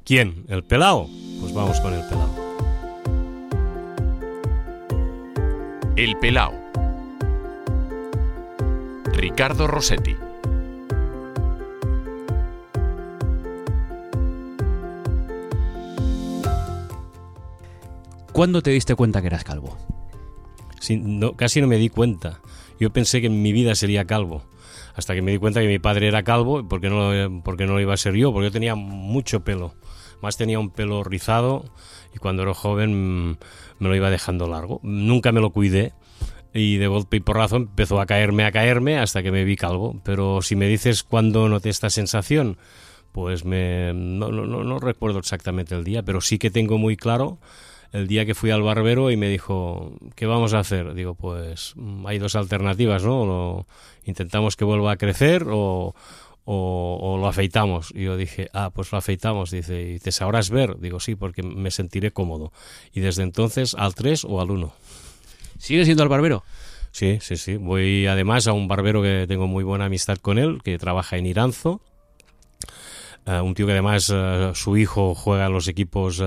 ¿Quién? ¿El pelao? Pues vamos con el pelao. El pelao. Ricardo Rossetti. ¿Cuándo te diste cuenta que eras calvo? Sí, casi no me di cuenta. Yo pensé que en mi vida sería calvo. Hasta que me di cuenta que mi padre era calvo, porque no lo iba a ser yo, porque yo tenía mucho pelo. Más tenía un pelo rizado y cuando era joven me lo iba dejando largo. Nunca me lo cuidé y de golpe y porrazo empezó a caerme hasta que me vi calvo. Pero si me dices cuándo noté esta sensación, pues no recuerdo exactamente el día, pero sí que tengo muy claro el día que fui al barbero y me dijo, ¿qué vamos a hacer? Digo, pues hay dos alternativas, ¿no? Intentamos que vuelva a crecer o lo afeitamos. Y yo dije, pues lo afeitamos. Dice, ¿y te sabrás ver? Digo, sí, porque me sentiré cómodo. Y desde entonces al 3 o al 1. ¿Sigues yendo al barbero? Sí. Voy además a un barbero que tengo muy buena amistad con él, que trabaja en Iranzo. Un tío que además su hijo juega en los equipos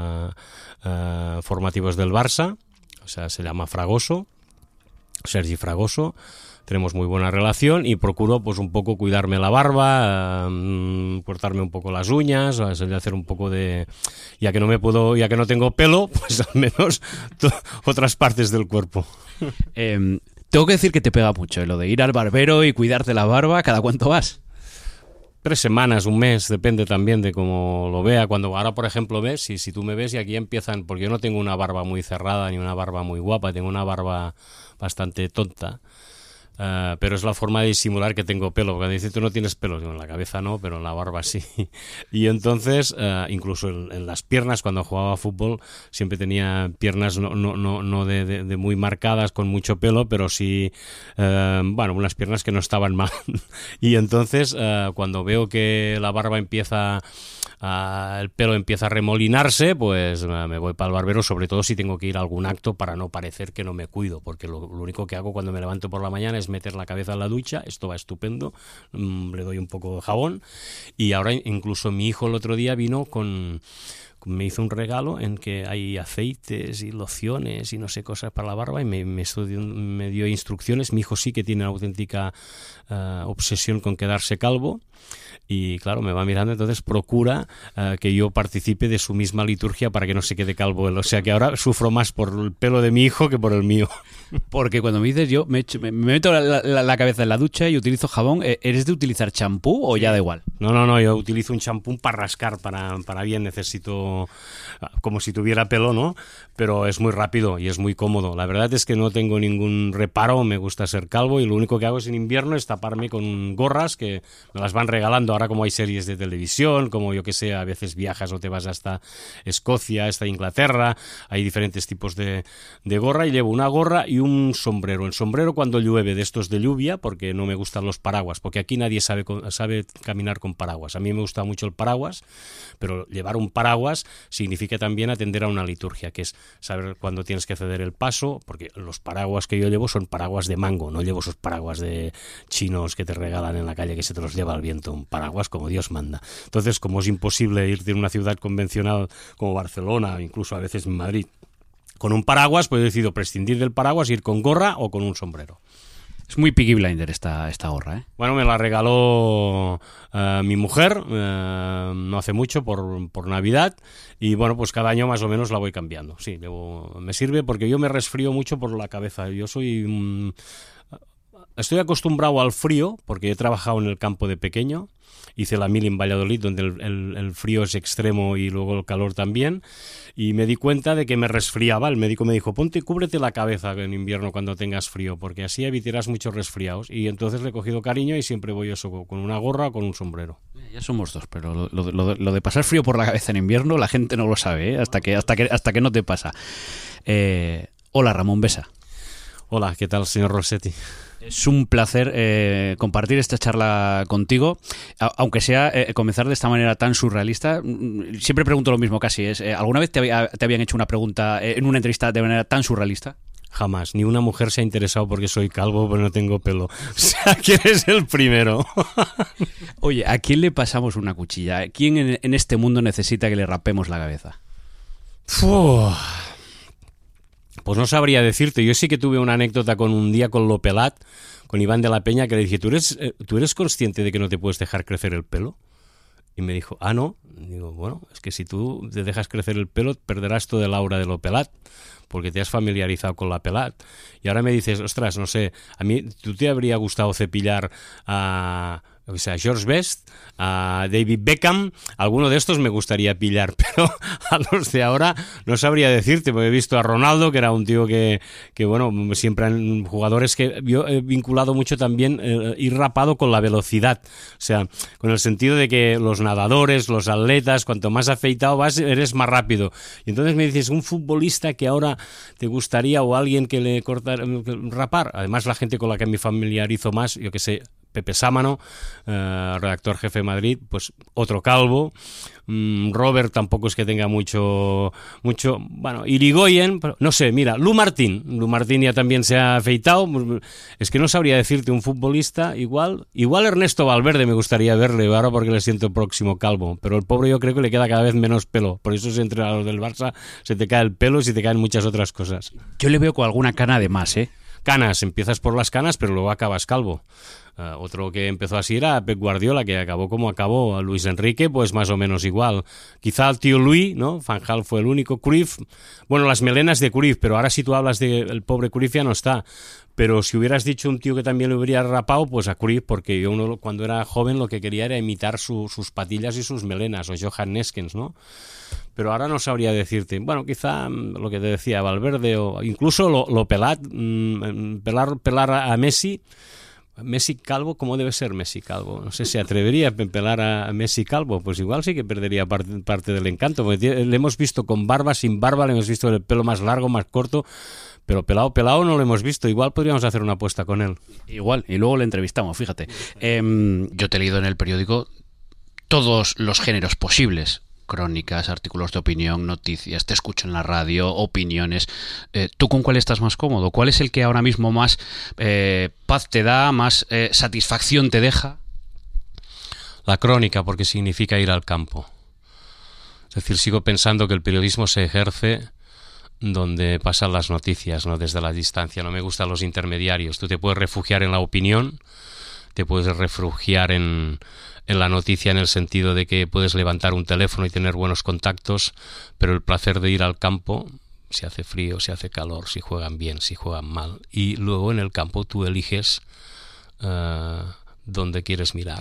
formativos del Barça, o sea, se llama Fragoso, Sergi Fragoso. Tenemos muy buena relación y procuro pues un poco cuidarme la barba, cortarme un poco las uñas, hacer un poco de, ya que no tengo pelo, pues al menos otras partes del cuerpo. Tengo que decir que te pega mucho lo de ir al barbero y cuidarte la barba. ¿Cada cuánto vas? 3 semanas, un mes, depende también de cómo lo vea. Cuando ahora, por ejemplo, ves, si tú me ves y aquí empiezan, porque yo no tengo una barba muy cerrada ni una barba muy guapa, tengo una barba bastante tonta. Pero es la forma de disimular que tengo pelo, porque dice, tú no tienes pelo, digo, en la cabeza no, pero en la barba sí. Y entonces, incluso en las piernas, cuando jugaba a fútbol, siempre tenía piernas no de muy marcadas, con mucho pelo, pero sí, unas piernas que no estaban mal. Y entonces, cuando veo que la barba el pelo empieza a remolinarse, pues me voy para el barbero, sobre todo si tengo que ir a algún acto para no parecer que no me cuido, porque lo único que hago cuando me levanto por la mañana es meter la cabeza en la ducha, esto va estupendo, le doy un poco de jabón y ahora incluso mi hijo el otro día me hizo un regalo en que hay aceites y lociones y no sé, cosas para la barba y me dio instrucciones. Mi hijo sí que tiene una auténtica obsesión con quedarse calvo y claro, me va mirando, entonces procura que yo participe de su misma liturgia para que no se quede calvo él. O sea que ahora sufro más por el pelo de mi hijo que por el mío. Porque cuando me dices, yo me meto la cabeza en la ducha y utilizo jabón. ¿Eres de utilizar champú o ya da igual? No, yo utilizo un champú para rascar, para bien, necesito como si tuviera pelo, ¿no? Pero es muy rápido y es muy cómodo. La verdad es que no tengo ningún reparo, me gusta ser calvo y lo único que hago es en invierno es taparme con gorras que me las van regalando ahora, como hay series de televisión, como yo que sé, a veces viajas o te vas hasta Escocia, hasta Inglaterra, hay diferentes tipos de gorra y llevo una gorra y un sombrero. El sombrero cuando llueve, de estos de lluvia, porque no me gustan los paraguas, porque aquí nadie sabe caminar con paraguas. A mí me gusta mucho el paraguas, pero llevar un paraguas significa también atender a una liturgia, que es saber cuándo tienes que ceder el paso, porque los paraguas que yo llevo son paraguas de mango, no llevo esos paraguas de chinos que te regalan en la calle que se te los lleva el viento, un paraguas como Dios manda. Entonces, como es imposible irte en una ciudad convencional como Barcelona, incluso a veces Madrid, con un paraguas, pues he decidido prescindir del paraguas, ir con gorra o con un sombrero. Es muy Peaky Blinder esta gorra, ¿eh? Bueno, me la regaló mi mujer no hace mucho por Navidad y bueno, pues cada año más o menos la voy cambiando. Sí, me sirve porque yo me resfrío mucho por la cabeza. Yo estoy acostumbrado al frío porque he trabajado en el campo de pequeño. Hice la mili en Valladolid, donde el frío es extremo y luego el calor también, y me di cuenta de que me resfriaba. El médico me dijo, cúbrete la cabeza en invierno cuando tengas frío, porque así evitarás muchos resfriados. Y entonces le he cogido cariño y siempre voy eso, con una gorra o con un sombrero. Ya somos dos, pero lo de pasar frío por la cabeza en invierno la gente no lo sabe, ¿eh? Hasta que no te pasa. Hola, Ramón Besa. Hola, ¿qué tal, señor Rossetti? Es un placer compartir esta charla contigo, aunque sea comenzar de esta manera tan surrealista. Siempre pregunto lo mismo casi, ¿alguna vez te habían hecho una pregunta en una entrevista de manera tan surrealista? Jamás. Ni una mujer se ha interesado porque soy calvo, pero no tengo pelo. O sea, que eres el primero. Oye, ¿a quién le pasamos una cuchilla? ¿Quién en este mundo necesita que le rapemos la cabeza? Pues no sabría decirte. Yo sí que tuve una anécdota con un día con Lopelat, con Iván de la Peña, que le dije, ¿tú eres consciente de que no te puedes dejar crecer el pelo? Y me dijo, no. Digo, bueno, es que si tú te dejas crecer el pelo, perderás todo el aura de Lopelat, porque te has familiarizado con la Pelat. Y ahora me dices, ostras, no sé, a mí, ¿tú te habría gustado cepillar a George Best, a David Beckham? Alguno de estos me gustaría pillar, pero a los de ahora no sabría decirte, porque he visto a Ronaldo, que era un tío que bueno, siempre han jugadores que yo he vinculado mucho también ir rapado con la velocidad, o sea, con el sentido de que los nadadores, los atletas, cuanto más afeitado vas, eres más rápido. Y entonces me dices, un futbolista que ahora te gustaría, o alguien que le cortara, rapar. Además, la gente con la que me familiarizo más, yo que sé, Pepe Sámano, redactor jefe de Madrid, pues otro calvo. Robert tampoco es que tenga mucho, bueno, Irigoyen, pero no sé, mira, Lu Martín ya también se ha afeitado. Es que no sabría decirte un futbolista igual Ernesto Valverde me gustaría verle ahora porque le siento próximo calvo, pero el pobre yo creo que le queda cada vez menos pelo, por eso si entre a los del Barça se te cae el pelo y se te caen muchas otras cosas. Yo le veo con alguna cana de más, Canas, empiezas por las canas, pero luego acabas calvo. Otro que empezó así era Pep Guardiola, que acabó como acabó. Luis Enrique, pues más o menos igual. Quizá el tío Luis, ¿no? Van Gaal fue el único. Cruyff, bueno, las melenas de Cruyff, pero ahora si tú hablas del pobre Cruyff ya no está. Pero si hubieras dicho un tío que también lo hubiera rapado, pues a Cruyff, porque yo cuando era joven lo que quería era imitar sus patillas y sus melenas, o Johan Neskens, ¿no? Pero ahora no sabría decirte. Bueno, quizá lo que te decía, Valverde, o incluso Lopelat, pelar a Messi. Messi calvo, ¿cómo debe ser Messi calvo? No sé, ¿se atrevería a pelar a Messi calvo? Pues igual sí que perdería parte del encanto, porque le hemos visto con barba, sin barba, le hemos visto el pelo más largo, más corto, pero pelado no lo hemos visto. Igual podríamos hacer una apuesta con él. Igual, y luego le entrevistamos, fíjate. Yo te he leído en el periódico todos los géneros posibles. Crónicas, artículos de opinión, noticias, te escucho en la radio, opiniones. ¿Tú con cuál estás más cómodo? ¿Cuál es el que ahora mismo más paz te da, más satisfacción te deja? La crónica, porque significa ir al campo. Es decir, sigo pensando que el periodismo se ejerce donde pasan las noticias, no desde la distancia. No me gustan los intermediarios. Tú te puedes refugiar en la opinión, te puedes refugiar en la noticia en el sentido de que puedes levantar un teléfono y tener buenos contactos, pero el placer de ir al campo, si hace frío, si hace calor, si juegan bien, si juegan mal, y luego en el campo tú eliges dónde quieres mirar.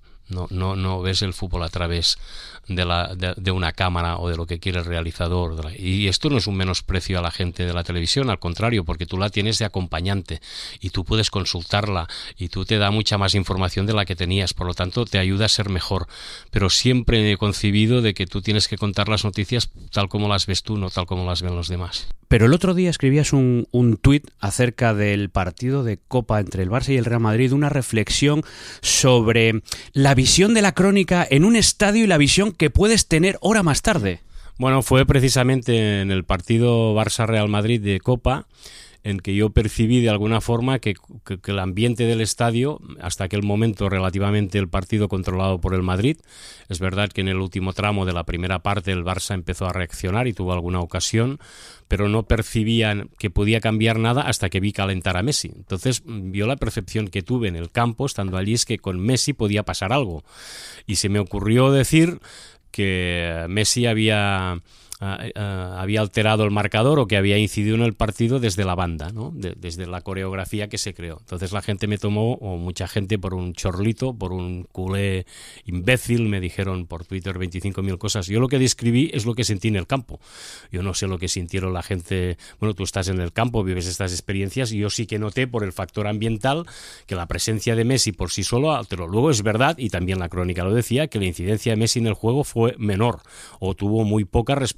No ves el fútbol a través de una cámara o de lo que quiere el realizador. Y esto no es un menosprecio a la gente de la televisión, al contrario, porque tú la tienes de acompañante y tú puedes consultarla y tú te da mucha más información de la que tenías, por lo tanto te ayuda a ser mejor. Pero siempre he concebido de que tú tienes que contar las noticias tal como las ves tú, no tal como las ven los demás. Pero el otro día escribías un tuit acerca del partido de Copa entre el Barça y el Real Madrid, una reflexión sobre la visión de la crónica en un estadio y la visión que puedes tener hora más tarde. Bueno, fue precisamente en el partido Barça-Real Madrid de Copa en que yo percibí de alguna forma que el ambiente del estadio, hasta aquel momento relativamente el partido controlado por el Madrid, es verdad que en el último tramo de la primera parte el Barça empezó a reaccionar y tuvo alguna ocasión, pero no percibían que podía cambiar nada hasta que vi calentar a Messi. Entonces yo la percepción que tuve en el campo, estando allí, es que con Messi podía pasar algo. Y se me ocurrió decir que Messi había alterado el marcador o que había incidido en el partido desde la banda, ¿no? Desde la coreografía que se creó. Entonces la gente me tomó, o mucha gente, por un chorlito, por un culé imbécil. Me dijeron por Twitter 25.000 cosas. Yo lo que describí es lo que sentí en el campo. Yo no sé lo que sintieron la gente. Bueno, tú estás en el campo, vives estas experiencias, y yo sí que noté por el factor ambiental que la presencia de Messi por sí solo alteró. Luego es verdad, y también la crónica lo decía, que la incidencia de Messi en el juego fue menor o tuvo muy poca respecto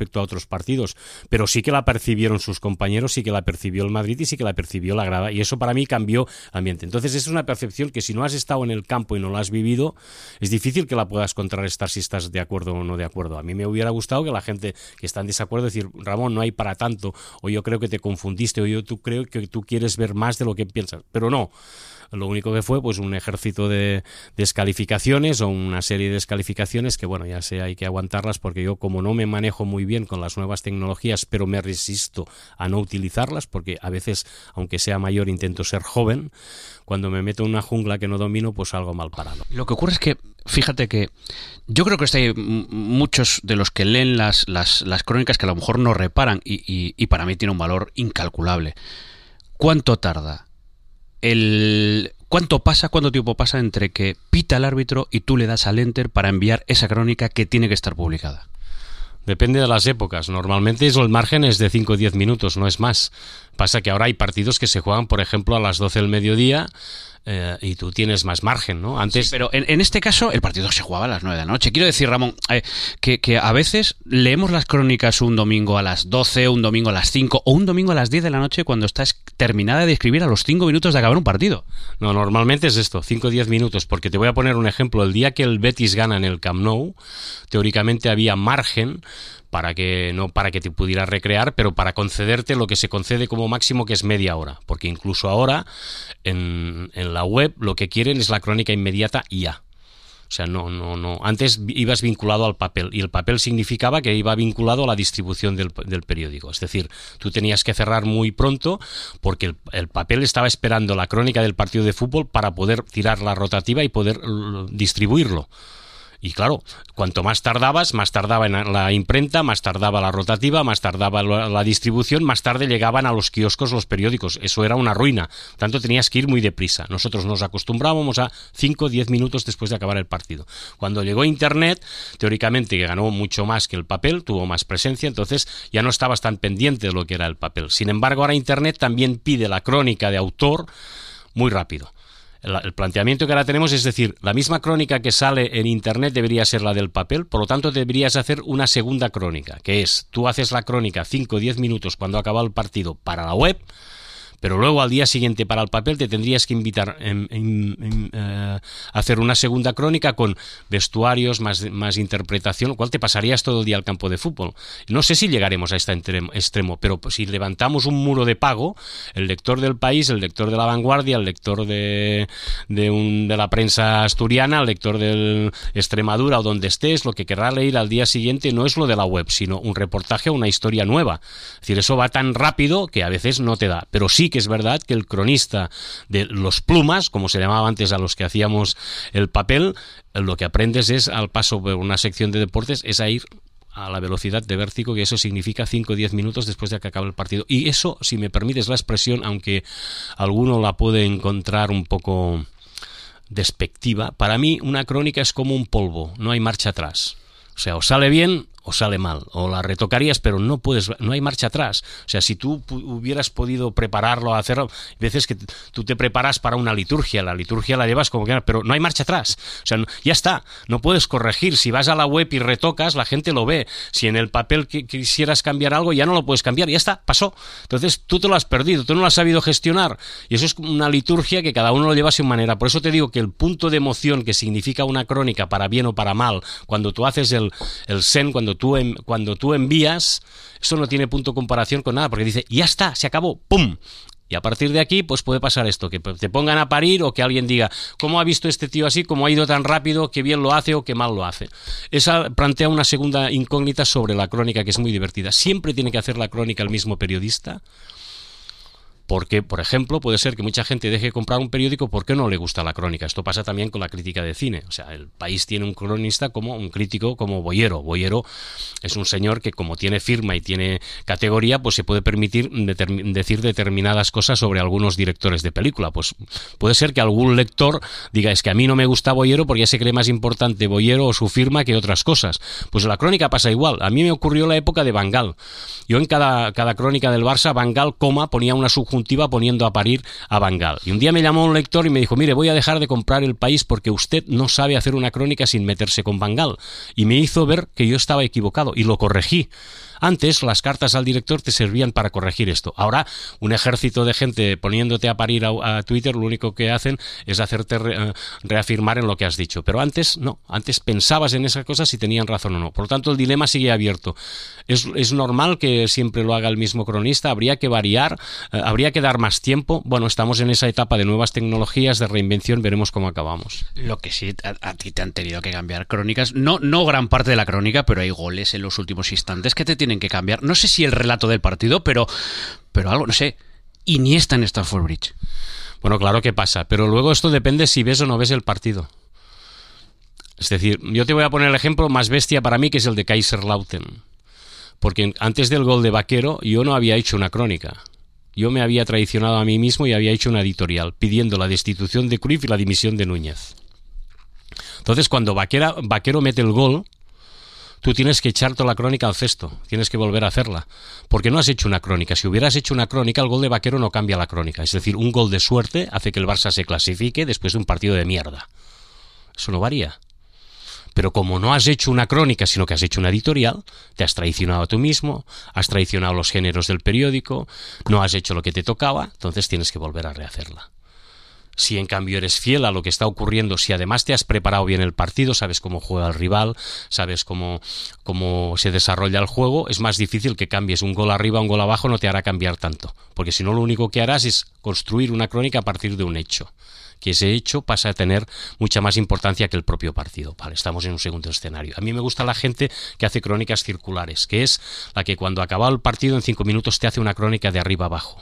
respecto a otros partidos, pero sí que la percibieron sus compañeros, sí que la percibió el Madrid y sí que la percibió la grada, y eso para mí cambió el ambiente. Entonces es una percepción que si no has estado en el campo y no la has vivido, es difícil que la puedas contrarrestar si estás de acuerdo o no de acuerdo. A mí me hubiera gustado que la gente que está en desacuerdo decir, Ramón, no hay para tanto, o yo creo que te confundiste, o yo creo que tú quieres ver más de lo que piensas, pero no. Lo único que fue pues un ejército de descalificaciones o una serie de descalificaciones que bueno, ya sé, hay que aguantarlas porque yo como no me manejo muy bien con las nuevas tecnologías, pero me resisto a no utilizarlas porque a veces, aunque sea mayor, intento ser joven. Cuando me meto en una jungla que no domino, pues salgo mal parado. Lo que ocurre es que, fíjate que yo creo que hay muchos de los que leen las crónicas que a lo mejor no reparan y para mí tiene un valor incalculable. ¿Cuánto tarda? ¿Cuánto tiempo pasa entre que pita el árbitro y tú le das al enter para enviar esa crónica que tiene que estar publicada? Depende de las épocas. Normalmente el margen es de 5 o 10 minutos, no es más. Pasa que ahora hay partidos que se juegan, por ejemplo, a las 12 del mediodía y tú tienes más margen, ¿no? Antes... Sí, pero en este caso el partido se jugaba a las 9 de la noche. Quiero decir, Ramón, que a veces leemos las crónicas un domingo a las 12, un domingo a las 5 o un domingo a las 10 de la noche cuando estás terminada de escribir a los 5 minutos de acabar un partido. No, normalmente es esto, 5 o 10 minutos, porque te voy a poner un ejemplo. El día que el Betis gana en el Camp Nou, teóricamente había margen para que no para que te pudieras recrear, pero para concederte lo que se concede como máximo, que es media hora, porque incluso ahora en la web lo que quieren es la crónica inmediata y ya. O sea, no. Antes ibas vinculado al papel y el papel significaba que iba vinculado a la distribución del periódico. Es decir, tú tenías que cerrar muy pronto porque el papel estaba esperando la crónica del partido de fútbol para poder tirar la rotativa y poder distribuirlo. Y claro, cuanto más tardabas, más tardaba en la imprenta, más tardaba la rotativa, más tardaba la distribución, más tarde llegaban a los kioscos los periódicos. Eso era una ruina. Tanto tenías que ir muy deprisa. Nosotros nos acostumbrábamos a 5 o 10 minutos después de acabar el partido. Cuando llegó Internet, teóricamente que ganó mucho más que el papel, tuvo más presencia, entonces ya no estabas tan pendiente de lo que era el papel. Sin embargo, ahora Internet también pide la crónica de autor muy rápido. El planteamiento que ahora tenemos es decir, la misma crónica que sale en Internet debería ser la del papel, por lo tanto deberías hacer una segunda crónica, que es, tú haces la crónica 5 o 10 minutos cuando ha acabado el partido para la web, pero luego al día siguiente para el papel te tendrías que invitar a hacer una segunda crónica con vestuarios, más interpretación, lo cual te pasarías todo el día al campo de fútbol. No sé si llegaremos a este extremo, pero si levantamos un muro de pago, el lector del País, el lector de La Vanguardia, el lector de la prensa asturiana, el lector del Extremadura o donde estés, lo que querrá leer al día siguiente no es lo de la web, sino un reportaje o una historia nueva. Es decir, eso va tan rápido que a veces no te da, pero sí que es verdad que el cronista de los plumas, como se llamaba antes a los que hacíamos el papel, lo que aprendes es al paso por una sección de deportes es a ir a la velocidad de vértigo, que eso significa 5 o 10 minutos después de que acabe el partido. Y eso, si me permites la expresión, aunque alguno la puede encontrar un poco despectiva, para mí una crónica es como un polvo, no hay marcha atrás. O sea, o sale bien o sale mal, o la retocarías, pero no hay marcha atrás. O sea, si tú hubieras podido prepararlo, hacerlo, hay veces que tú te preparas para una liturgia, la liturgia la llevas como que, pero no hay marcha atrás. O sea, ya está, no puedes corregir. Si vas a la web y retocas, la gente lo ve. Si en el papel quisieras cambiar algo, ya no lo puedes cambiar, ya está, pasó. Entonces tú te lo has perdido, tú no lo has sabido gestionar. Y eso es una liturgia que cada uno lo lleva a su manera. Por eso te digo que el punto de emoción que significa una crónica, para bien o para mal, cuando tú haces el send, cuando tú envías, eso no tiene punto de comparación con nada, porque dice, ya está, se acabó, ¡pum! Y a partir de aquí, pues puede pasar esto, que te pongan a parir o que alguien diga, ¿cómo ha visto este tío así? ¿Cómo ha ido tan rápido? ¿Qué bien lo hace o qué mal lo hace? Esa plantea una segunda incógnita sobre la crónica que es muy divertida. ¿Siempre tiene que hacer la crónica el mismo periodista? Porque, por ejemplo, puede ser que mucha gente deje de comprar un periódico porque no le gusta la crónica. Esto pasa también con la crítica de cine. O sea, el País tiene un cronista como un crítico como Boyero. Boyero es un señor que, como tiene firma y tiene categoría, pues se puede permitir decir determinadas cosas sobre algunos directores de película. Pues puede ser que algún lector diga, es que a mí no me gusta Boyero porque ya se cree más importante Boyero o su firma que otras cosas. Pues la crónica pasa igual. A mí me ocurrió la época de Van Gaal. Yo en cada crónica del Barça, Van Gaal, ponía una subjuntiva poniendo a parir a Van Gaal. Y un día me llamó un lector y me dijo, mire, voy a dejar de comprar El País porque usted no sabe hacer una crónica sin meterse con Van Gaal. Y me hizo ver que yo estaba equivocado y lo corregí. Antes las cartas al director te servían para corregir esto. Ahora un ejército de gente poniéndote a parir a Twitter, lo único que hacen es hacerte reafirmar en lo que has dicho. Pero antes no, antes pensabas en esas cosas si tenían razón o no. Por lo tanto, el dilema sigue abierto. ¿Es normal que siempre lo haga el mismo cronista? ¿Habría que variar? ¿Habría que dar más tiempo? Bueno, estamos en esa etapa de nuevas tecnologías, de reinvención, veremos cómo acabamos. Lo que sí, a ti te han tenido que cambiar crónicas, no gran parte de la crónica, pero hay goles en los últimos instantes que te tienen que cambiar. No sé si el relato del partido, pero algo, no sé, Iniesta en Stamford Bridge. Bueno, claro que pasa, pero luego esto depende si ves o no ves el partido. Es decir, yo te voy a poner el ejemplo más bestia para mí, que es el de Kaiserslautern. Porque antes del gol de Vaquero yo no había hecho una crónica. Yo me había traicionado a mí mismo y había hecho una editorial pidiendo la destitución de Cruyff y la dimisión de Núñez. Entonces, cuando Vaquero mete el gol, tú tienes que echar toda la crónica al cesto, tienes que volver a hacerla, porque no has hecho una crónica. Si hubieras hecho una crónica, el gol de Vaquero no cambia la crónica. Es decir, un gol de suerte hace que el Barça se clasifique después de un partido de mierda. Eso no varía. Pero como no has hecho una crónica, sino que has hecho una editorial, te has traicionado a tú mismo, has traicionado los géneros del periódico, no has hecho lo que te tocaba, entonces tienes que volver a rehacerla. Si en cambio eres fiel a lo que está ocurriendo, si además te has preparado bien el partido, sabes cómo juega el rival, sabes cómo se desarrolla el juego, es más difícil que cambies un gol arriba, un gol abajo, no te hará cambiar tanto. Porque si no, lo único que harás es construir una crónica a partir de un hecho. Que ese hecho pasa a tener mucha más importancia que el propio partido. Vale, estamos en un segundo escenario. A mí me gusta la gente que hace crónicas circulares, que es la que cuando acaba el partido en 5 minutos te hace una crónica de arriba abajo.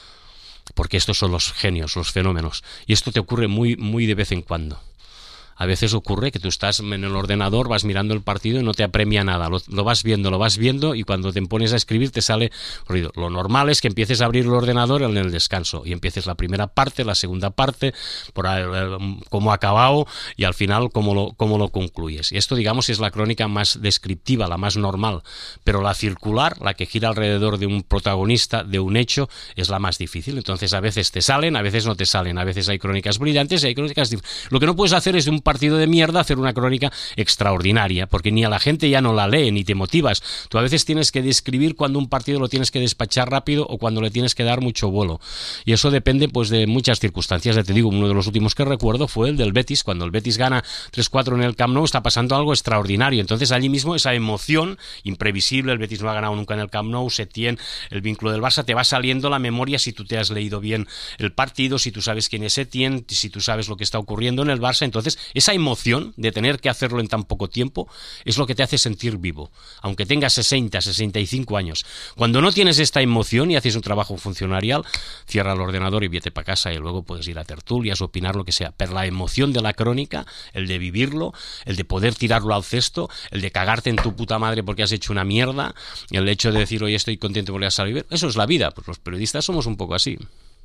Porque estos son los genios, los fenómenos. Y esto te ocurre muy, muy de vez en cuando. A veces ocurre que tú estás en el ordenador, vas mirando el partido y no te apremia nada. Lo vas viendo y cuando te pones a escribir te sale ruido. Lo normal es que empieces a abrir el ordenador en el descanso y empieces la primera parte, la segunda parte, por cómo ha acabado y al final cómo lo concluyes. Y esto, digamos, es la crónica más descriptiva, la más normal. Pero la circular, la que gira alrededor de un protagonista, de un hecho, es la más difícil. Entonces a veces te salen, a veces no te salen. A veces hay crónicas brillantes y hay crónicas... Lo que no puedes hacer es de un partido de mierda hacer una crónica extraordinaria, porque ni a la gente ya no la lee, ni te motivas. Tú a veces tienes que describir cuando un partido lo tienes que despachar rápido o cuando le tienes que dar mucho vuelo. Y eso depende pues de muchas circunstancias. Ya te digo, uno de los últimos que recuerdo fue el del Betis. Cuando el Betis gana 3-4 en el Camp Nou, está pasando algo extraordinario. Entonces allí mismo esa emoción imprevisible, el Betis no ha ganado nunca en el Camp Nou, Setién, el vínculo del Barça, te va saliendo la memoria si tú te has leído bien el partido, si tú sabes quién es Setién, si tú sabes lo que está ocurriendo en el Barça. Entonces esa emoción de tener que hacerlo en tan poco tiempo es lo que te hace sentir vivo, aunque tengas 60, 65 años. Cuando no tienes esta emoción y haces un trabajo funcionarial, cierra el ordenador y vete para casa y luego puedes ir a tertulias, opinar, lo que sea. Pero la emoción de la crónica, el de vivirlo, el de poder tirarlo al cesto, el de cagarte en tu puta madre porque has hecho una mierda, el hecho de decir, oye, estoy contento porque has salido bien, eso es la vida. Pues los periodistas somos un poco así.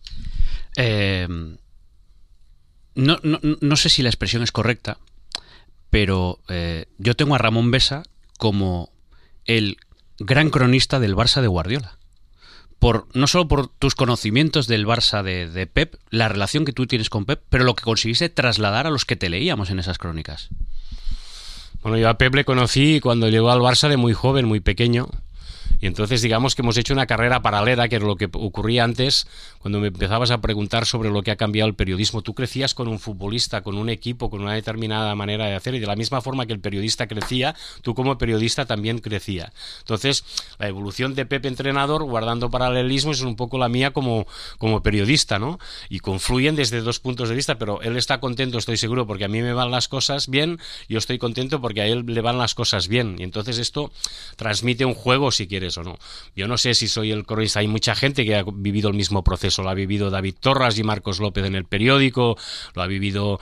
No sé si la expresión es correcta, pero yo tengo a Ramón Besa como el gran cronista del Barça de Guardiola. No solo por tus conocimientos del Barça de Pep, la relación que tú tienes con Pep, pero lo que conseguiste trasladar a los que te leíamos en esas crónicas. Bueno, yo a Pep le conocí cuando llegó al Barça de muy joven, muy pequeño. Y entonces digamos que hemos hecho una carrera paralela, que era lo que ocurría antes, cuando me empezabas a preguntar sobre lo que ha cambiado el periodismo. Tú crecías con un futbolista, con un equipo, con una determinada manera de hacer, y de la misma forma que el periodista crecía, tú como periodista también crecía. Entonces, la evolución de Pep entrenador, guardando paralelismos, es un poco la mía como periodista, ¿no? Y confluyen desde dos puntos de vista, pero él está contento, estoy seguro, porque a mí me van las cosas bien, yo estoy contento porque a él le van las cosas bien. Y entonces esto transmite un juego, si quieres o no. Yo no sé si soy el cronista. Hay mucha gente que ha vivido el mismo proceso. Lo ha vivido David Torras y Marcos López en El Periódico, lo ha vivido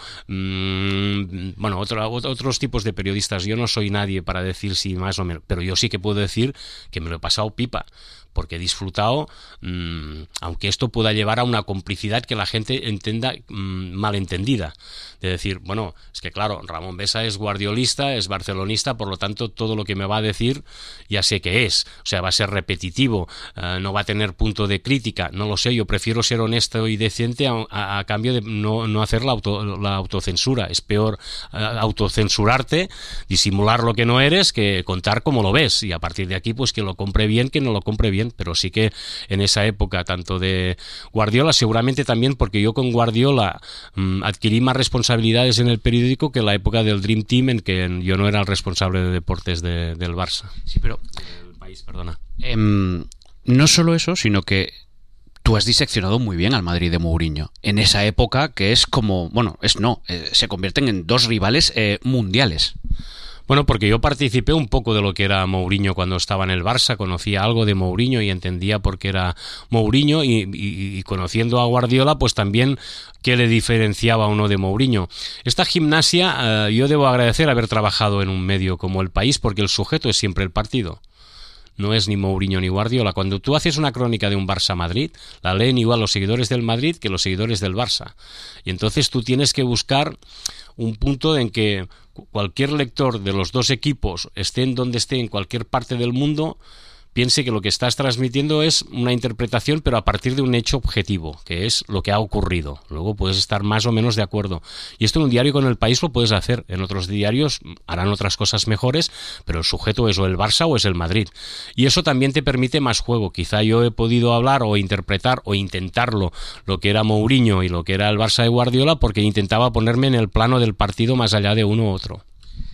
otros tipos de periodistas. Yo no soy nadie para decir si más o menos, pero yo sí que puedo decir que me lo he pasado pipa, porque he disfrutado, aunque esto pueda llevar a una complicidad que la gente entienda malentendida. De decir, bueno, es que claro, Ramón Besa es guardiolista, es barcelonista, por lo tanto todo lo que me va a decir ya sé que es. O sea, va a ser repetitivo, no va a tener punto de crítica, no lo sé, yo prefiero ser honesto y decente a cambio de no hacer la autocensura. Es peor autocensurarte, disimular lo que no eres, que contar cómo lo ves, y a partir de aquí pues que lo compre bien, que no lo compre bien. Pero sí que en esa época, tanto de Guardiola, seguramente también porque yo con Guardiola adquirí más responsabilidades en el periódico que en la época del Dream Team, en que yo no era el responsable de deportes del Barça. Sí, pero El país, perdona. No solo eso, sino que tú has diseccionado muy bien al Madrid de Mourinho en esa época, que es como, bueno, se convierten en dos rivales mundiales. Bueno, porque yo participé un poco de lo que era Mourinho cuando estaba en el Barça, conocía algo de Mourinho y entendía por qué era Mourinho, y conociendo a Guardiola, pues también qué le diferenciaba a uno de Mourinho. Esta gimnasia, yo debo agradecer haber trabajado en un medio como El País, porque el sujeto es siempre el partido. No es ni Mourinho ni Guardiola. Cuando tú haces una crónica de un Barça-Madrid, la leen igual los seguidores del Madrid que los seguidores del Barça. Y entonces tú tienes que buscar un punto en que cualquier lector de los dos equipos, esté en donde esté, en cualquier parte del mundo, piense que lo que estás transmitiendo es una interpretación, pero a partir de un hecho objetivo, que es lo que ha ocurrido. Luego puedes estar más o menos de acuerdo. Y esto en un diario con El País lo puedes hacer. En otros diarios harán otras cosas mejores, pero el sujeto es o el Barça o es el Madrid. Y eso también te permite más juego. Quizá yo he podido hablar o interpretar o intentarlo lo que era Mourinho y lo que era el Barça de Guardiola, porque intentaba ponerme en el plano del partido más allá de uno u otro.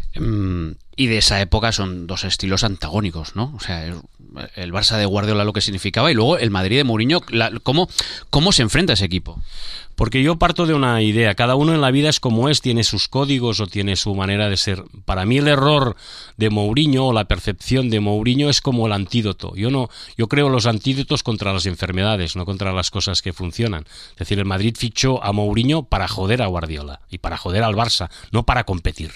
Y de esa época son dos estilos antagónicos, ¿no? O sea, el Barça de Guardiola lo que significaba, y luego el Madrid de Mourinho, ¿cómo se enfrenta ese equipo? Porque yo parto de una idea, cada uno en la vida es como es, tiene sus códigos o tiene su manera de ser. Para mí el error de Mourinho o la percepción de Mourinho es como el antídoto. Yo creo los antídotos contra las enfermedades, no contra las cosas que funcionan. Es decir, el Madrid fichó a Mourinho para joder a Guardiola y para joder al Barça, no para competir.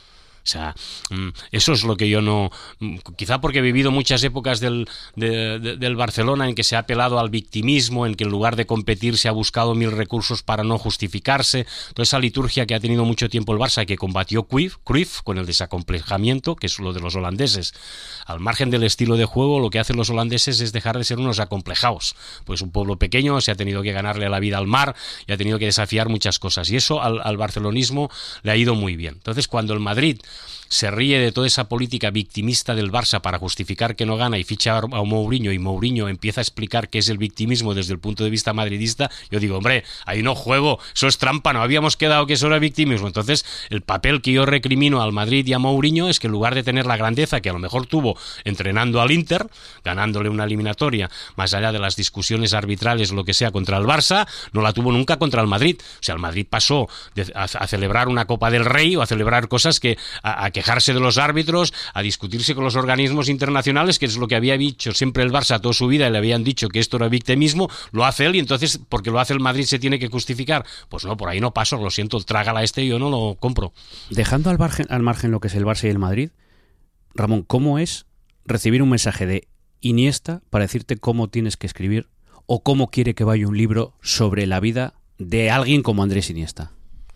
O sea, eso es lo que yo no... Quizá porque he vivido muchas épocas del Barcelona en que se ha apelado al victimismo, en que en lugar de competir se ha buscado mil recursos para no justificarse. Toda esa liturgia que ha tenido mucho tiempo el Barça, que combatió Cruyff con el desacomplejamiento, que es lo de los holandeses. Al margen del estilo de juego, lo que hacen los holandeses es dejar de ser unos acomplejados. Pues un pueblo pequeño se ha tenido que ganarle la vida al mar y ha tenido que desafiar muchas cosas. Y eso al barcelonismo le ha ido muy bien. Entonces, cuando el Madrid se ríe de toda esa política victimista del Barça para justificar que no gana y ficha a Mourinho, y Mourinho empieza a explicar qué es el victimismo desde el punto de vista madridista, yo digo, hombre, ahí no juego, eso es trampa, no habíamos quedado que eso era victimismo. Entonces, el papel que yo recrimino al Madrid y a Mourinho es que en lugar de tener la grandeza que a lo mejor tuvo entrenando al Inter, ganándole una eliminatoria, más allá de las discusiones arbitrales, lo que sea, contra el Barça, no la tuvo nunca contra el Madrid. O sea, el Madrid pasó a celebrar una Copa del Rey o a celebrar cosas que a quejarse de los árbitros, a discutirse con los organismos internacionales, que es lo que había dicho siempre el Barça toda su vida, y le habían dicho que esto era victimismo, lo hace él, y entonces, porque lo hace el Madrid, se tiene que justificar. Pues no, por ahí no paso, lo siento, trágala yo no lo compro. Dejando al margen lo que es el Barça y el Madrid, Ramón, ¿cómo es recibir un mensaje de Iniesta para decirte cómo tienes que escribir o cómo quiere que vaya un libro sobre la vida de alguien como Andrés Iniesta?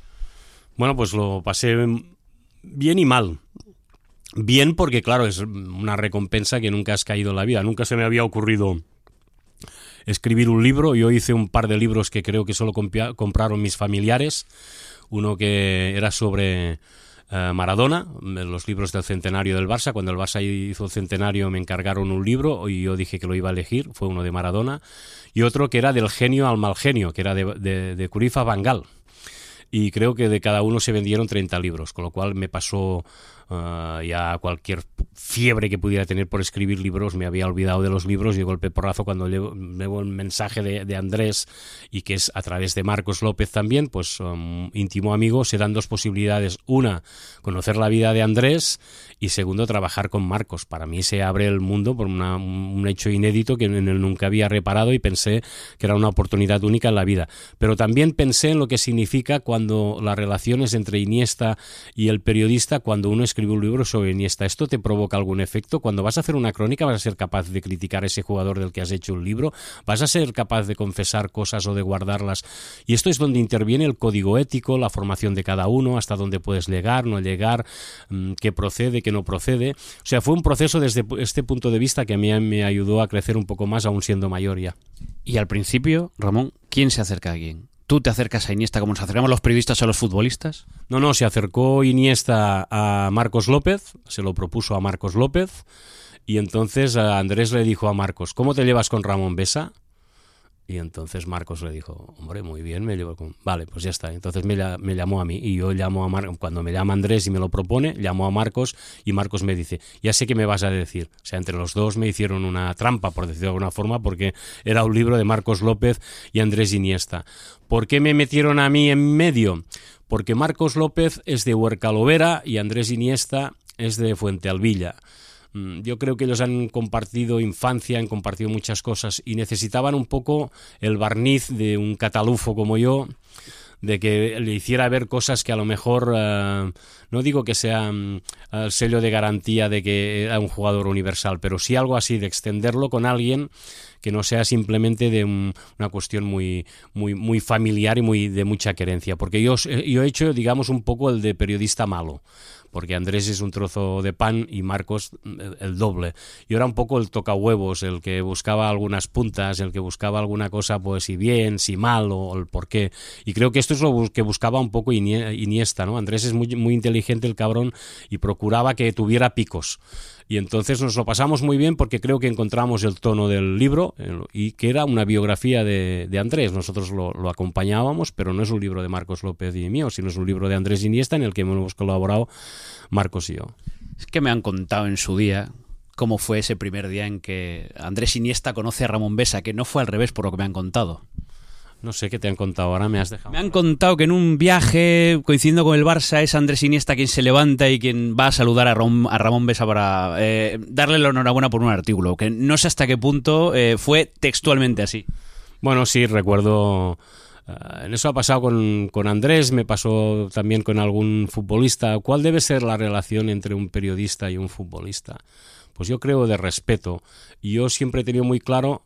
Bueno, pues lo pasé bien y mal. Bien porque, claro, es una recompensa que nunca has caído en la vida. Nunca se me había ocurrido escribir un libro. Yo hice un par de libros que creo que solo compraron mis familiares. Uno que era sobre Maradona, los libros del centenario del Barça. Cuando el Barça hizo el centenario me encargaron un libro y yo dije que lo iba a elegir. Fue uno de Maradona. Y otro que era del genio al mal genio, que era de Cruyff a Van Gaal. Y creo que de cada uno se vendieron 30 libros, con lo cual me pasó ya cualquier fiebre que pudiera tener por escribir libros, me había olvidado de los libros, y de golpe porrazo cuando leo el mensaje de Andrés, y que es a través de Marcos López también, pues íntimo amigo, se dan dos posibilidades. Una, conocer la vida de Andrés, y segundo, trabajar con Marcos. Para mí se abre el mundo por un hecho inédito que en el nunca había reparado, y pensé que era una oportunidad única en la vida. Pero también pensé en lo que significa cuando las relaciones entre Iniesta y el periodista, cuando uno escribe escribir un libro sobre Iniesta. ¿Esto te provoca algún efecto? Cuando vas a hacer una crónica, ¿vas a ser capaz de criticar a ese jugador del que has hecho un libro? ¿Vas a ser capaz de confesar cosas o de guardarlas? Y esto es donde interviene el código ético, la formación de cada uno, hasta dónde puedes llegar, no llegar, qué procede, qué no procede. O sea, fue un proceso desde este punto de vista que a mí me ayudó a crecer un poco más, aún siendo mayor ya. Y al principio, Ramón, ¿quién se acerca a quién? ¿Tú te acercas a Iniesta como nos acercamos los periodistas a los futbolistas? No, se acercó Iniesta a Marcos López, se lo propuso a Marcos López, y entonces Andrés le dijo a Marcos, ¿cómo te llevas con Ramón Besa? Y entonces Marcos le dijo, hombre, muy bien, me llevo con... Vale, pues ya está. Entonces me llamó a mí y yo llamo a Marcos. Cuando me llama Andrés y me lo propone, llamo a Marcos y Marcos me dice, ya sé qué me vas a decir. O sea, entre los dos me hicieron una trampa, por decirlo de alguna forma, porque era un libro de Marcos López y Andrés Iniesta. ¿Por qué me metieron a mí en medio? Porque Marcos López es de Huercalovera y Andrés Iniesta es de Fuentealbilla. Yo creo que ellos han compartido infancia, han compartido muchas cosas y necesitaban un poco el barniz de un catalufo como yo, de que le hiciera ver cosas que a lo mejor, no digo que sea el sello de garantía de que era un jugador universal, pero sí algo así, de extenderlo con alguien que no sea simplemente de una cuestión muy familiar y de mucha querencia, porque yo he hecho, digamos, un poco el de periodista malo, porque Andrés es un trozo de pan y Marcos el doble. Yo era un poco el tocahuevos, el que buscaba algunas puntas, el que buscaba alguna cosa, pues si bien, si mal, o el por qué. Y creo que esto es lo que buscaba un poco Iniesta, ¿no? Andrés es muy inteligente el cabrón y procuraba que tuviera picos. Y entonces nos lo pasamos muy bien porque creo que encontramos el tono del libro y que era una biografía de Andrés. Nosotros lo acompañábamos, pero no es un libro de Marcos López y mío, sino es un libro de Andrés Iniesta en el que hemos colaborado Marcos y yo. Es que me han contado en su día cómo fue ese primer día en que Andrés Iniesta conoce a Ramón Besa, que no fue al revés por lo que me han contado. No sé qué te han contado, ahora me has dejado. Me han contado que en un viaje, coincidiendo con el Barça, es Andrés Iniesta quien se levanta y quien va a saludar a Ramón Besa para darle la enhorabuena por un artículo, que no sé hasta qué punto fue textualmente así. Bueno, sí, recuerdo... en eso ha pasado con Andrés, me pasó también con algún futbolista. ¿Cuál debe ser la relación entre un periodista y un futbolista? Pues yo creo de respeto. Y yo siempre he tenido muy claro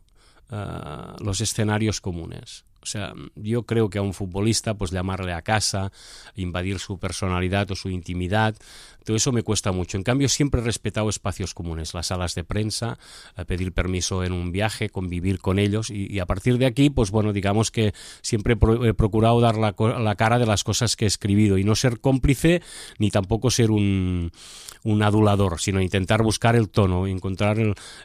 los escenarios comunes. O sea, yo creo que a un futbolista, pues llamarle a casa, invadir su personalidad o su intimidad, todo eso me cuesta mucho. En cambio, siempre he respetado espacios comunes, las salas de prensa, pedir permiso en un viaje, convivir con ellos y a partir de aquí, pues bueno, digamos que siempre he procurado dar la cara de las cosas que he escribido y no ser cómplice ni tampoco ser un adulador, sino intentar buscar el tono, encontrar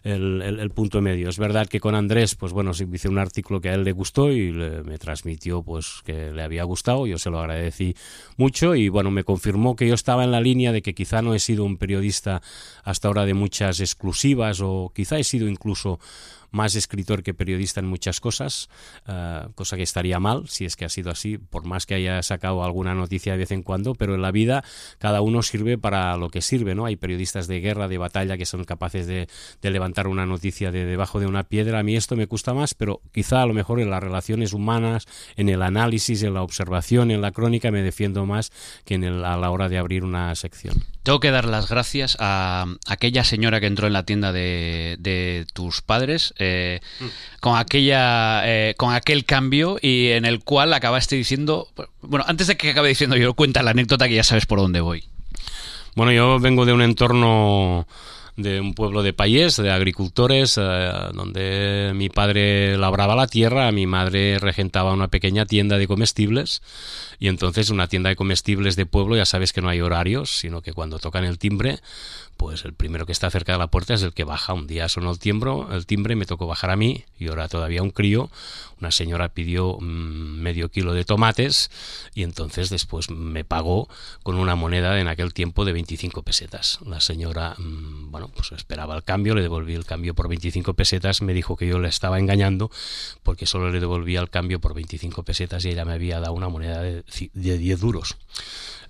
el punto medio. Es verdad que con Andrés, pues bueno, hice un artículo que a él le gustó y me transmitió pues que le había gustado, yo se lo agradecí mucho y bueno, me confirmó que yo estaba en la línea de que quizá no he sido un periodista hasta ahora de muchas exclusivas o quizá he sido incluso más escritor que periodista en muchas cosas, cosa que estaría mal si es que ha sido así, por más que haya sacado alguna noticia de vez en cuando, pero en la vida cada uno sirve para lo que sirve, ¿no? Hay periodistas de guerra, de batalla, que son capaces de levantar una noticia de debajo de una piedra. A mí esto me gusta más, pero quizá a lo mejor en las relaciones humanas, en el análisis, en la observación, en la crónica, me defiendo más que a la hora de abrir una sección. Tengo que dar las gracias a aquella señora que entró en la tienda de tus padres, con aquel cambio y en el cual acabaste diciendo... Bueno, antes de que acabe diciendo yo, cuenta la anécdota que ya sabes por dónde voy. Bueno, yo vengo de un entorno de un pueblo de payés, de agricultores, donde mi padre labraba la tierra, mi madre regentaba una pequeña tienda de comestibles y entonces una tienda de comestibles de pueblo ya sabes que no hay horarios, sino que cuando tocan el timbre, pues el primero que está cerca de la puerta es el que baja. Un día sonó el timbre, me tocó bajar a mí, y yo era todavía un crío, una señora pidió medio kilo de tomates y entonces después me pagó con una moneda en aquel tiempo de 25 pesetas. La señora, bueno, pues esperaba el cambio, le devolví el cambio por 25 pesetas, me dijo que yo le estaba engañando porque solo le devolvía el cambio por 25 pesetas y ella me había dado una moneda de 10 duros.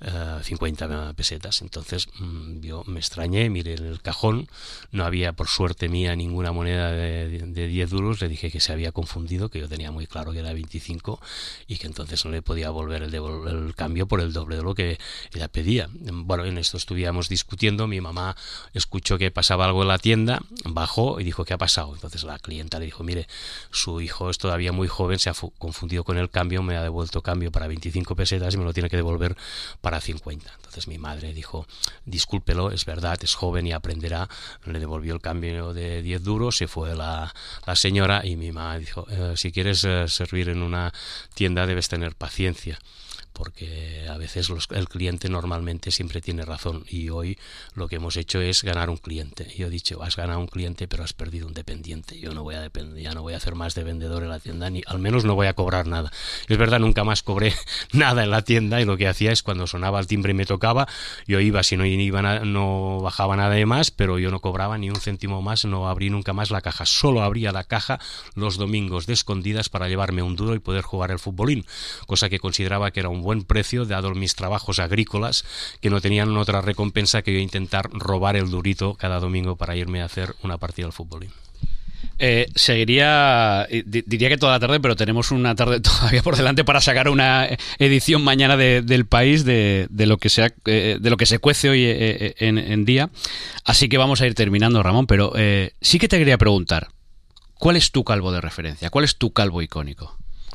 50 pesetas. Entonces yo me extrañé, miré en el cajón, no había por suerte mía ninguna moneda de 10 duros, le dije que se había confundido, que yo tenía muy claro que era 25 y que entonces no le podía volver el cambio por el doble de lo que ella pedía. Bueno, en esto estuvimos discutiendo, mi mamá escuchó que pasaba algo en la tienda, bajó y dijo, ¿qué ha pasado? Entonces la clienta le dijo, mire, su hijo es todavía muy joven, se ha confundido con el cambio, me ha devuelto cambio para 25 pesetas y me lo tiene que devolver para 50. Entonces mi madre dijo, discúlpelo, es verdad, es joven y aprenderá. Le devolvió el cambio de 10 duros, se fue la señora y mi mamá dijo, si quieres servir en una tienda debes tener paciencia, porque a veces el cliente normalmente siempre tiene razón, y hoy lo que hemos hecho es ganar un cliente. Yo he dicho, has ganado un cliente pero has perdido un dependiente. Yo no voy a ya no voy a hacer más de vendedor en la tienda, ni al menos no voy a cobrar nada. Es verdad, nunca más cobré nada en la tienda, y lo que hacía es cuando sonaba el timbre y me tocaba, yo iba, si no bajaba nada de más, pero yo no cobraba ni un céntimo más, no abrí nunca más la caja. Solo abría la caja los domingos de escondidas para llevarme un duro y poder jugar el futbolín, cosa que consideraba que era un buen precio dado mis trabajos agrícolas, que no tenían otra recompensa que yo intentar robar el durito cada domingo para irme a hacer una partida al futbolín. Seguiría, diría que toda la tarde, pero tenemos una tarde todavía por delante para sacar una edición mañana del País de lo que se cuece hoy en día. Así que vamos a ir terminando, Ramón, pero sí que te quería preguntar, ¿cuál es tu calvo de referencia? ¿Cuál es tu calvo icónico?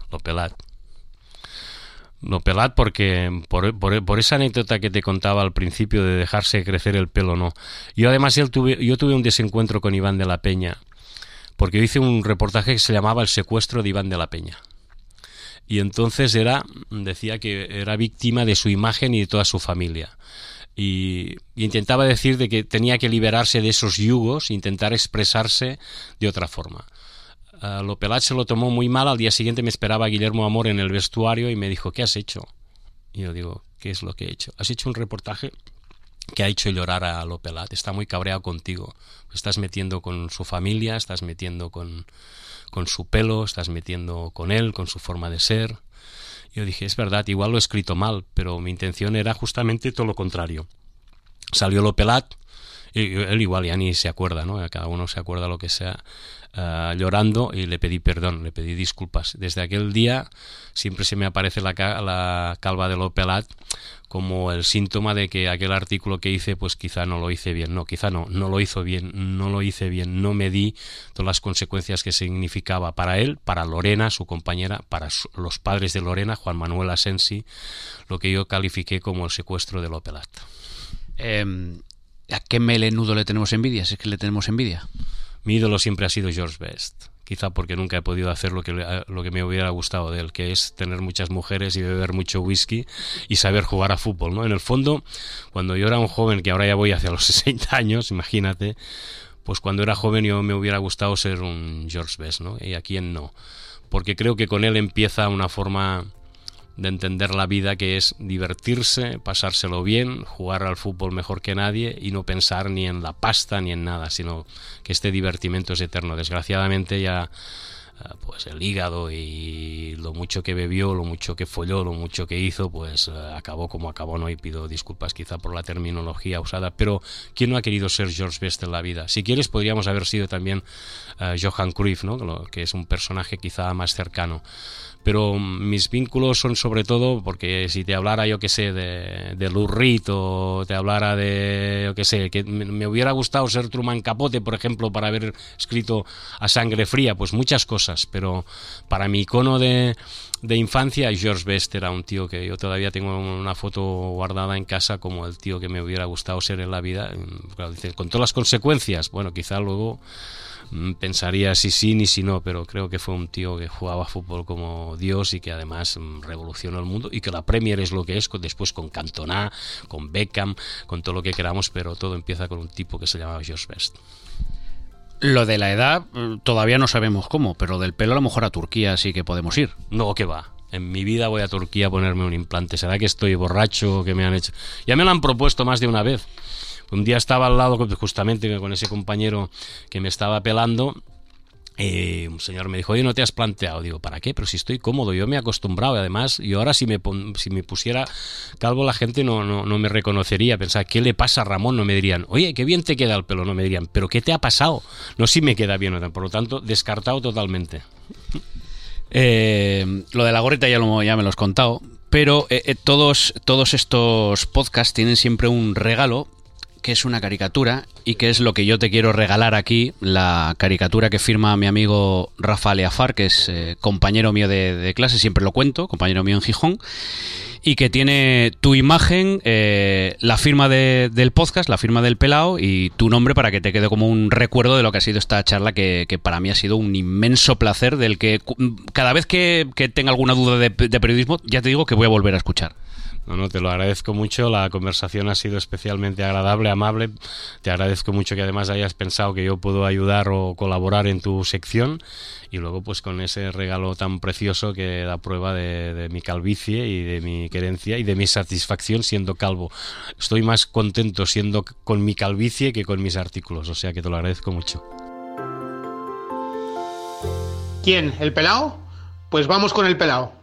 Lo pelat, porque por esa anécdota que te contaba al principio de dejarse crecer el pelo, no. Yo además yo tuve un desencuentro con Iván de la Peña, porque yo hice un reportaje que se llamaba El secuestro de Iván de la Peña. Y entonces decía que era víctima de su imagen y de toda su familia. Y intentaba decir de que tenía que liberarse de esos yugos, intentar expresarse de otra forma. Lopelat se lo tomó muy mal. Al día siguiente me esperaba Guillermo Amor en el vestuario y me dijo, ¿qué has hecho? Y yo digo, ¿qué es lo que he hecho? Has hecho un reportaje que ha hecho llorar a Lopelat, está muy cabreado contigo, estás metiendo con su familia, estás metiendo con su pelo, estás metiendo con él, con su forma de ser. Yo dije, es verdad, igual lo he escrito mal, pero mi intención era justamente todo lo contrario. Salió Lopelat, y él igual ya ni se acuerda, ¿no? Cada uno se acuerda lo que sea, llorando, y le pedí perdón, le pedí disculpas. Desde aquel día siempre se me aparece la calva de Lopelat como el síntoma de que aquel artículo que hice, pues quizá no lo hice bien. No lo hice bien, no me di todas las consecuencias que significaba para él, para Lorena, su compañera, para los padres de Lorena, Juan Manuel Asensi, lo que yo califiqué como el secuestro de Lopelat. ¿A qué melenudo le tenemos envidia? Si es que le tenemos envidia. Mi ídolo siempre ha sido George Best, quizá porque nunca he podido hacer lo que me hubiera gustado de él, que es tener muchas mujeres y beber mucho whisky y saber jugar a fútbol, ¿no? En el fondo, cuando yo era un joven, que ahora ya voy hacia los 60 años, imagínate, pues cuando era joven yo me hubiera gustado ser un George Best, ¿no? Y a quién no, porque creo que con él empieza una forma de entender la vida, que es divertirse, pasárselo bien, jugar al fútbol mejor que nadie y no pensar ni en la pasta ni en nada, sino que este divertimento es eterno. Desgraciadamente ya pues el hígado y lo mucho que bebió, lo mucho que folló, lo mucho que hizo, pues acabó como acabó, ¿no? Y pido disculpas quizá por la terminología usada, pero ¿quién no ha querido ser George Best en la vida? Si quieres podríamos haber sido también Johan Cruyff, ¿no? Que es un personaje quizá más cercano. Pero mis vínculos son sobre todo porque si te hablara, yo qué sé, de Lou Reed, o te hablara de, yo qué sé, que me hubiera gustado ser Truman Capote, por ejemplo, para haber escrito A Sangre Fría, pues muchas cosas, pero para mi icono de infancia, George Best era un tío que yo todavía tengo una foto guardada en casa como el tío que me hubiera gustado ser en la vida. Claro, dice, con todas las consecuencias, bueno, quizá luego pensaría si sí ni si no, pero creo que fue un tío que jugaba fútbol como Dios y que además revolucionó el mundo, y que la Premier es lo que es, después con Cantona, con Beckham, con todo lo que queramos, pero todo empieza con un tipo que se llamaba George Best. Lo de la edad todavía no sabemos cómo, pero del pelo a lo mejor a Turquía sí que podemos ir. No, que va. En mi vida voy a Turquía a ponerme un implante. ¿Será que estoy borracho o que me han hecho? Ya me lo han propuesto más de una vez. Un día estaba al lado justamente con ese compañero que me estaba pelando un señor me dijo, oye, ¿no te has planteado? Digo, ¿para qué? Pero si estoy cómodo, yo me he acostumbrado. Y además, yo ahora si me pusiera calvo, la gente no me reconocería. Pensaba, ¿qué le pasa a Ramón? No me dirían, oye, qué bien te queda el pelo. No me dirían, ¿pero qué te ha pasado? No, si me queda bien. Por lo tanto, descartado totalmente. Lo de la gorrita ya me lo has contado. Pero todos estos podcasts tienen siempre un regalo, que es una caricatura, y que es lo que yo te quiero regalar aquí, la caricatura que firma mi amigo Rafa Leafar, que es compañero mío de clase, siempre lo cuento, compañero mío en Gijón, y que tiene tu imagen, la firma del podcast, la firma del Pelao y tu nombre, para que te quede como un recuerdo de lo que ha sido esta charla, que para mí ha sido un inmenso placer, del que cada vez que tenga alguna duda de periodismo, ya te digo que voy a volver a escuchar. No, te lo agradezco mucho, la conversación ha sido especialmente agradable, amable, te agradezco mucho que además hayas pensado que yo puedo ayudar o colaborar en tu sección, y luego pues con ese regalo tan precioso que da prueba de mi calvicie y de mi querencia y de mi satisfacción siendo calvo. Estoy más contento siendo con mi calvicie que con mis artículos, o sea que te lo agradezco mucho. ¿Quién? ¿El Pelao? Pues vamos con el Pelao.